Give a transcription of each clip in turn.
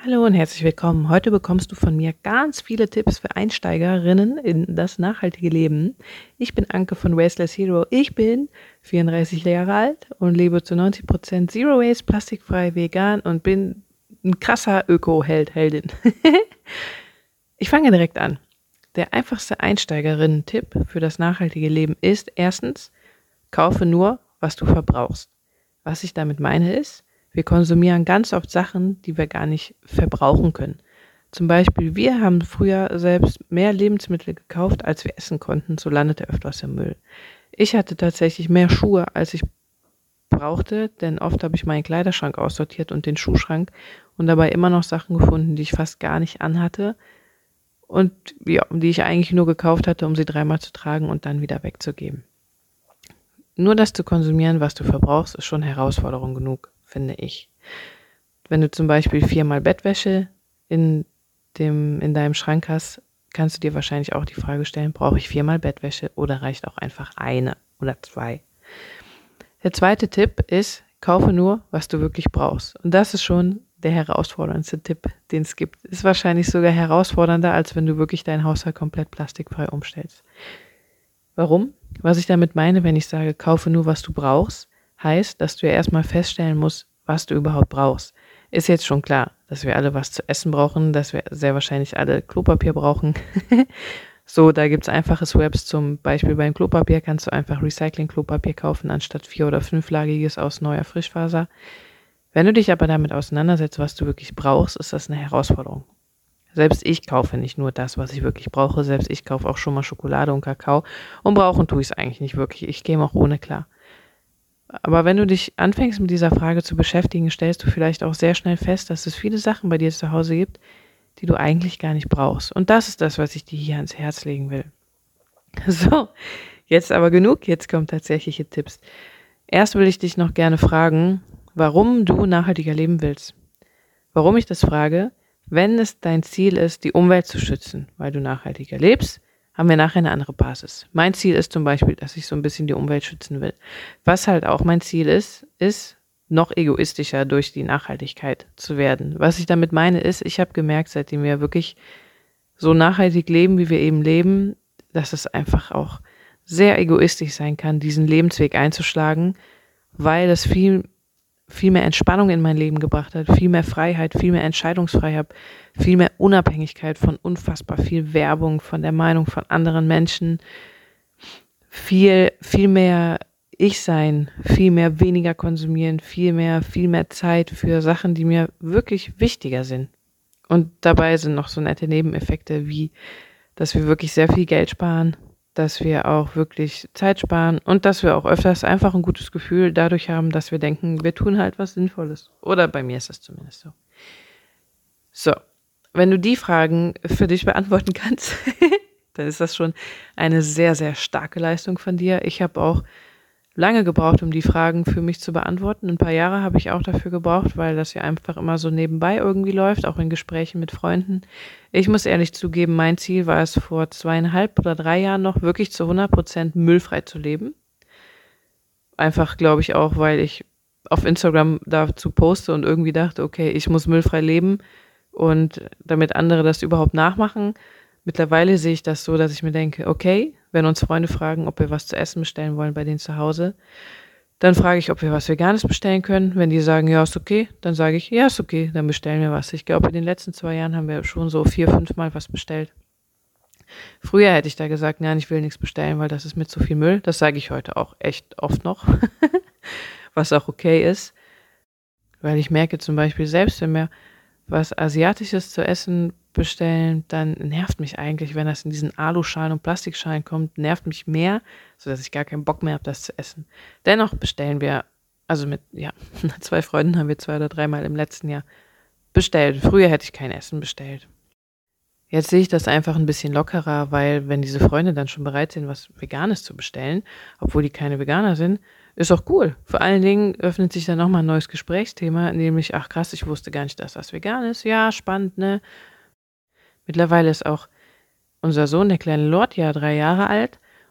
Hallo und herzlich willkommen. Heute bekommst du von mir ganz viele Tipps für Einsteigerinnen in das nachhaltige Leben. Ich bin Anke von Wasteless Hero. Ich bin 34 Jahre alt und lebe zu 90% Zero Waste, plastikfrei, vegan und bin ein krasser Öko-Held, Heldin. Ich fange direkt an. Der einfachste Einsteigerinnen-Tipp für das nachhaltige Leben ist erstens, kaufe nur, was du verbrauchst. Was ich damit meine ist, wir konsumieren ganz oft Sachen, die wir gar nicht verbrauchen können. Zum Beispiel, wir haben früher selbst mehr Lebensmittel gekauft, als wir essen konnten, so landete öfters im Müll. Ich hatte tatsächlich mehr Schuhe, als ich brauchte, denn oft habe ich meinen Kleiderschrank aussortiert und den Schuhschrank und dabei immer noch Sachen gefunden, die ich fast gar nicht anhatte und ja, die ich eigentlich nur gekauft hatte, um sie 3-mal zu tragen und dann wieder wegzugeben. Nur das zu konsumieren, was du verbrauchst, ist schon Herausforderung genug, finde ich. Wenn du zum Beispiel 4-mal Bettwäsche in deinem Schrank hast, kannst du dir wahrscheinlich auch die Frage stellen, brauche ich 4-mal Bettwäsche oder reicht auch einfach eine oder 2? Der zweite Tipp ist, kaufe nur, was du wirklich brauchst. Und das ist schon der herausforderndste Tipp, den es gibt. Ist wahrscheinlich sogar herausfordernder, als wenn du wirklich deinen Haushalt komplett plastikfrei umstellst. Warum? Was ich damit meine, wenn ich sage, kaufe nur, was du brauchst, heißt, dass du ja erstmal feststellen musst, was du überhaupt brauchst. Ist jetzt schon klar, dass wir alle was zu essen brauchen, dass wir sehr wahrscheinlich alle Klopapier brauchen. So, da gibt's einfache Swaps, zum Beispiel beim Klopapier kannst du einfach Recycling-Klopapier kaufen, anstatt 4- oder 5-lagiges aus neuer Frischfaser. Wenn du dich aber damit auseinandersetzt, was du wirklich brauchst, ist das eine Herausforderung. Selbst ich kaufe nicht nur das, was ich wirklich brauche. Selbst ich kaufe auch schon mal Schokolade und Kakao. Und brauchen tue ich es eigentlich nicht wirklich. Ich gehe auch ohne klar. Aber wenn du dich anfängst mit dieser Frage zu beschäftigen, stellst du vielleicht auch sehr schnell fest, dass es viele Sachen bei dir zu Hause gibt, die du eigentlich gar nicht brauchst. Und das ist das, was ich dir hier ans Herz legen will. So, jetzt aber genug. Jetzt kommen tatsächliche Tipps. Erst will ich dich noch gerne fragen, warum du nachhaltiger leben willst. Warum ich das frage? Wenn es dein Ziel ist, die Umwelt zu schützen, weil du nachhaltiger lebst, haben wir nachher eine andere Basis. Mein Ziel ist zum Beispiel, dass ich so ein bisschen die Umwelt schützen will. Was halt auch mein Ziel ist noch egoistischer durch die Nachhaltigkeit zu werden. Was ich damit meine ist, ich habe gemerkt, seitdem wir wirklich so nachhaltig leben, wie wir eben leben, dass es einfach auch sehr egoistisch sein kann, diesen Lebensweg einzuschlagen, weil es viel mehr Entspannung in mein Leben gebracht hat, viel mehr Freiheit, viel mehr Entscheidungsfreiheit, viel mehr Unabhängigkeit von unfassbar viel Werbung, von der Meinung von anderen Menschen, viel mehr ich sein, viel mehr weniger konsumieren, viel mehr Zeit für Sachen, die mir wirklich wichtiger sind. Und dabei sind noch so nette Nebeneffekte wie, dass wir wirklich sehr viel Geld sparen, dass wir auch wirklich Zeit sparen und dass wir auch öfters einfach ein gutes Gefühl dadurch haben, dass wir denken, wir tun halt was Sinnvolles. Oder bei mir ist das zumindest so. So, wenn du die Fragen für dich beantworten kannst, dann ist das schon eine sehr, sehr starke Leistung von dir. Ich habe auch lange gebraucht, um die Fragen für mich zu beantworten. Ein paar Jahre habe ich auch dafür gebraucht, weil das ja einfach immer so nebenbei irgendwie läuft, auch in Gesprächen mit Freunden. Ich muss ehrlich zugeben, mein Ziel war es vor 2,5 oder 3 Jahren noch, wirklich zu 100% müllfrei zu leben. Einfach, glaube ich, auch, weil ich auf Instagram dazu poste und irgendwie dachte, okay, ich muss müllfrei leben und damit andere das überhaupt nachmachen. Mittlerweile sehe ich das so, dass ich mir denke, okay, wenn uns Freunde fragen, ob wir was zu essen bestellen wollen bei denen zu Hause, dann frage ich, ob wir was Veganes bestellen können. Wenn die sagen, ja, ist okay, dann sage ich, ja, ist okay, dann bestellen wir was. Ich glaube, in den letzten 2 Jahren haben wir schon so 4-5 Mal was bestellt. Früher hätte ich da gesagt, nein, ich will nichts bestellen, weil das ist mir zu viel Müll. Das sage ich heute auch echt oft noch, was auch okay ist. Weil ich merke zum Beispiel, selbst wenn wir was Asiatisches zu essen bestellen, dann nervt mich eigentlich, wenn das in diesen Aluschalen und Plastikschalen kommt, nervt mich mehr, sodass ich gar keinen Bock mehr habe, das zu essen. Dennoch bestellen wir, also mit 2 Freunden haben wir 2 oder 3 Mal im letzten Jahr bestellt. Früher hätte ich kein Essen bestellt. Jetzt sehe ich das einfach ein bisschen lockerer, weil wenn diese Freunde dann schon bereit sind, was Veganes zu bestellen, obwohl die keine Veganer sind, ist auch cool. Vor allen Dingen öffnet sich dann nochmal ein neues Gesprächsthema, nämlich, ach krass, ich wusste gar nicht, dass das vegan ist. Ja, spannend, ne? Mittlerweile ist auch unser Sohn, der kleine Lord, ja 3 Jahre alt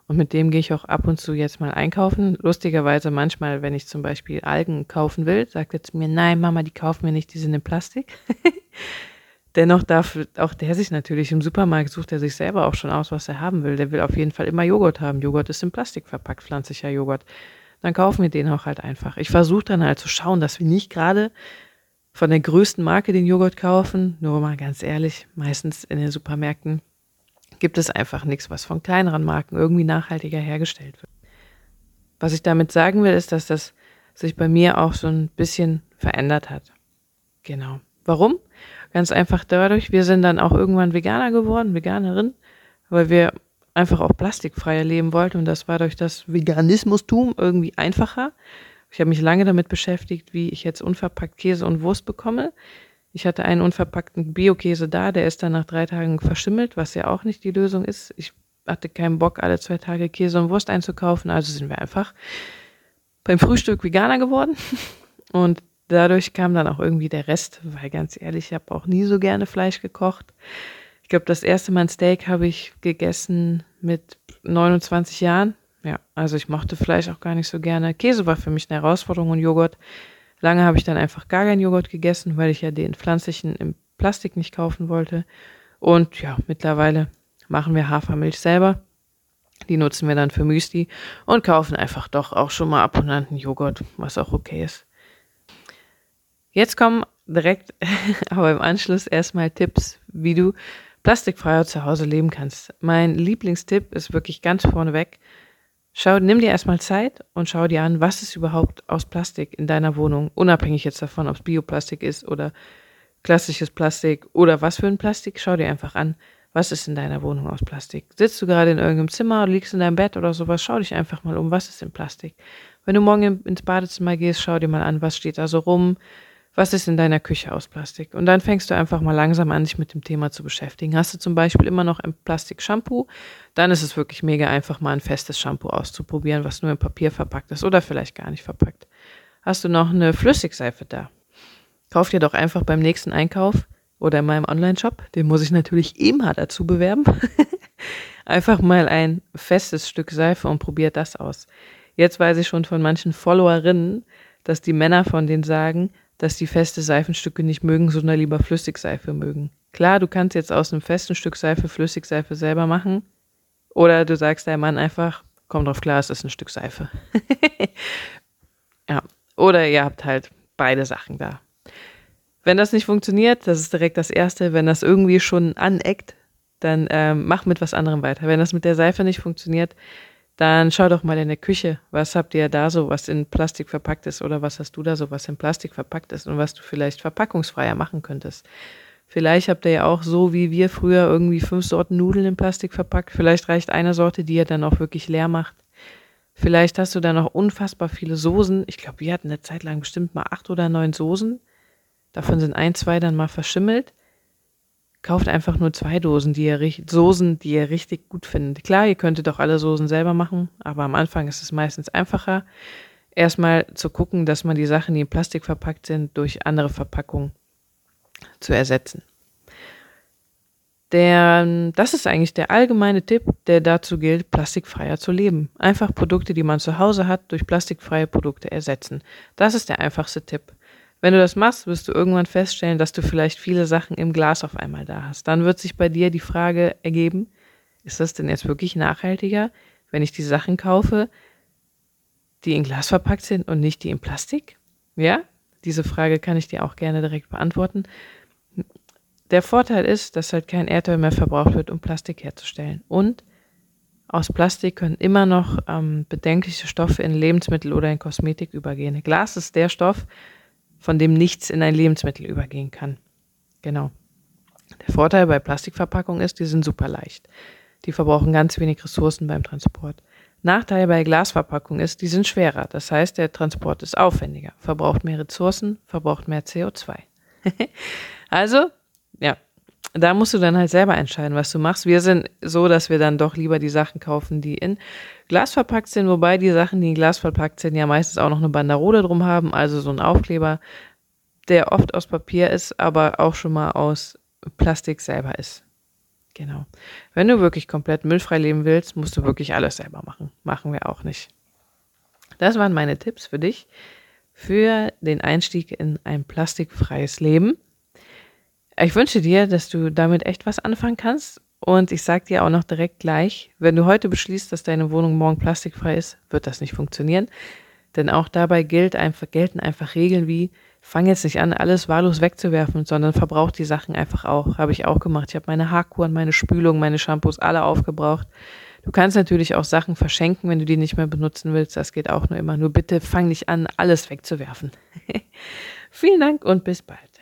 Und mit dem gehe ich auch ab und zu jetzt mal einkaufen. Lustigerweise manchmal, wenn ich zum Beispiel Algen kaufen will, sagt er zu mir, nein Mama, die kaufen wir nicht, die sind in Plastik. Dennoch darf auch der sich natürlich im Supermarkt, sucht er sich selber auch schon aus, was er haben will. Der will auf jeden Fall immer Joghurt haben. Joghurt ist in Plastik verpackt, pflanzlicher Joghurt. Dann kaufen wir den auch halt einfach. Ich versuche dann halt zu schauen, dass wir nicht gerade von der größten Marke den Joghurt kaufen. Nur mal ganz ehrlich, meistens in den Supermärkten gibt es einfach nichts, was von kleineren Marken irgendwie nachhaltiger hergestellt wird. Was ich damit sagen will, ist, dass das sich bei mir auch so ein bisschen verändert hat. Genau. Warum? Ganz einfach dadurch, wir sind dann auch irgendwann Veganer geworden, Veganerin, weil wir einfach auch plastikfreier leben wollten und das war durch das Veganismustum irgendwie einfacher. Ich habe mich lange damit beschäftigt, wie ich jetzt unverpackt Käse und Wurst bekomme. Ich hatte einen unverpackten Bio-Käse da, der ist dann nach 3 Tagen verschimmelt, was ja auch nicht die Lösung ist. Ich hatte keinen Bock, alle 2 Tage Käse und Wurst einzukaufen, also sind wir einfach beim Frühstück Veganer geworden und dadurch kam dann auch irgendwie der Rest, weil ganz ehrlich, ich habe auch nie so gerne Fleisch gekocht. Ich glaube, das erste Mal ein Steak habe ich gegessen mit 29 Jahren. Ja, also ich mochte Fleisch auch gar nicht so gerne. Käse war für mich eine Herausforderung und Joghurt. Lange habe ich dann einfach gar keinen Joghurt gegessen, weil ich ja den pflanzlichen im Plastik nicht kaufen wollte. Und ja, mittlerweile machen wir Hafermilch selber. Die nutzen wir dann für Müsli und kaufen einfach doch auch schon mal ab und an einen Joghurt, was auch okay ist. Jetzt kommen direkt, aber im Anschluss erstmal Tipps, wie du plastikfreier zu Hause leben kannst. Mein Lieblingstipp ist wirklich ganz vorneweg. Nimm dir erstmal Zeit und schau dir an, was ist überhaupt aus Plastik in deiner Wohnung, unabhängig jetzt davon, ob es Bioplastik ist oder klassisches Plastik oder was für ein Plastik. Schau dir einfach an, was ist in deiner Wohnung aus Plastik. Sitzt du gerade in irgendeinem Zimmer oder liegst in deinem Bett oder sowas, schau dich einfach mal um, was ist in Plastik. Wenn du morgen ins Badezimmer gehst, schau dir mal an, was steht da so rum. Was ist in deiner Küche aus Plastik? Und dann fängst du einfach mal langsam an, dich mit dem Thema zu beschäftigen. Hast du zum Beispiel immer noch ein Plastik-Shampoo, dann ist es wirklich mega einfach, mal ein festes Shampoo auszuprobieren, was nur in Papier verpackt ist oder vielleicht gar nicht verpackt. Hast du noch eine Flüssigseife da? Kauf dir doch einfach beim nächsten Einkauf oder in meinem Online-Shop, den muss ich natürlich immer dazu bewerben, einfach mal ein festes Stück Seife und probier das aus. Jetzt weiß ich schon von manchen Followerinnen, dass die Männer von denen sagen, dass die feste Seifenstücke nicht mögen, sondern lieber Flüssigseife mögen. Klar, du kannst jetzt aus einem festen Stück Seife Flüssigseife selber machen. Oder du sagst deinem Mann einfach, komm drauf klar, es ist ein Stück Seife. Ja. Oder ihr habt halt beide Sachen da. Wenn das nicht funktioniert, das ist direkt das Erste, wenn das irgendwie schon aneckt, dann mach mit was anderem weiter. Wenn das mit der Seife nicht funktioniert, dann schau doch mal in der Küche, was habt ihr da so, was in Plastik verpackt ist oder was hast du da so, was in Plastik verpackt ist und was du vielleicht verpackungsfreier machen könntest. Vielleicht habt ihr ja auch so wie wir früher irgendwie 5 Sorten Nudeln in Plastik verpackt. Vielleicht reicht eine Sorte, die ihr dann auch wirklich leer macht. Vielleicht hast du da noch unfassbar viele Soßen. Ich glaube, wir hatten eine Zeit lang bestimmt mal 8 oder 9 Soßen. Davon sind 1, 2 dann mal verschimmelt. Kauft einfach nur 2 Soßen, die ihr richtig gut findet. Klar, ihr könntet auch alle Soßen selber machen, aber am Anfang ist es meistens einfacher, erstmal zu gucken, dass man die Sachen, die in Plastik verpackt sind, durch andere Verpackungen zu ersetzen. Das ist eigentlich der allgemeine Tipp, der dazu gilt, plastikfreier zu leben. Einfach Produkte, die man zu Hause hat, durch plastikfreie Produkte ersetzen. Das ist der einfachste Tipp. Wenn du das machst, wirst du irgendwann feststellen, dass du vielleicht viele Sachen im Glas auf einmal da hast. Dann wird sich bei dir die Frage ergeben, ist das denn jetzt wirklich nachhaltiger, wenn ich die Sachen kaufe, die in Glas verpackt sind und nicht die in Plastik? Ja, diese Frage kann ich dir auch gerne direkt beantworten. Der Vorteil ist, dass halt kein Erdöl mehr verbraucht wird, um Plastik herzustellen. Und aus Plastik können immer noch bedenkliche Stoffe in Lebensmittel oder in Kosmetik übergehen. Glas ist der Stoff, von dem nichts in ein Lebensmittel übergehen kann. Genau. Der Vorteil bei Plastikverpackungen ist, die sind super leicht. Die verbrauchen ganz wenig Ressourcen beim Transport. Nachteil bei Glasverpackungen ist, die sind schwerer. Das heißt, der Transport ist aufwendiger, verbraucht mehr Ressourcen, verbraucht mehr CO2. Also, ja, da musst du dann halt selber entscheiden, was du machst. Wir sind so, dass wir dann doch lieber die Sachen kaufen, die in Glas verpackt sind, wobei die Sachen, die in Glas verpackt sind, ja meistens auch noch eine Banderole drum haben, also so ein Aufkleber, der oft aus Papier ist, aber auch schon mal aus Plastik selber ist. Genau. Wenn du wirklich komplett müllfrei leben willst, musst du wirklich alles selber machen. Machen wir auch nicht. Das waren meine Tipps für dich für den Einstieg in ein plastikfreies Leben. Ich wünsche dir, dass du damit echt was anfangen kannst. Und ich sage dir auch noch direkt gleich, wenn du heute beschließt, dass deine Wohnung morgen plastikfrei ist, wird das nicht funktionieren. Denn auch dabei gelten einfach Regeln wie, fang jetzt nicht an, alles wahllos wegzuwerfen, sondern verbrauch die Sachen einfach auch. Habe ich auch gemacht. Ich habe meine Haarkuren, meine Spülung, meine Shampoos alle aufgebraucht. Du kannst natürlich auch Sachen verschenken, wenn du die nicht mehr benutzen willst. Das geht auch nur immer. Nur bitte fang nicht an, alles wegzuwerfen. Vielen Dank und bis bald.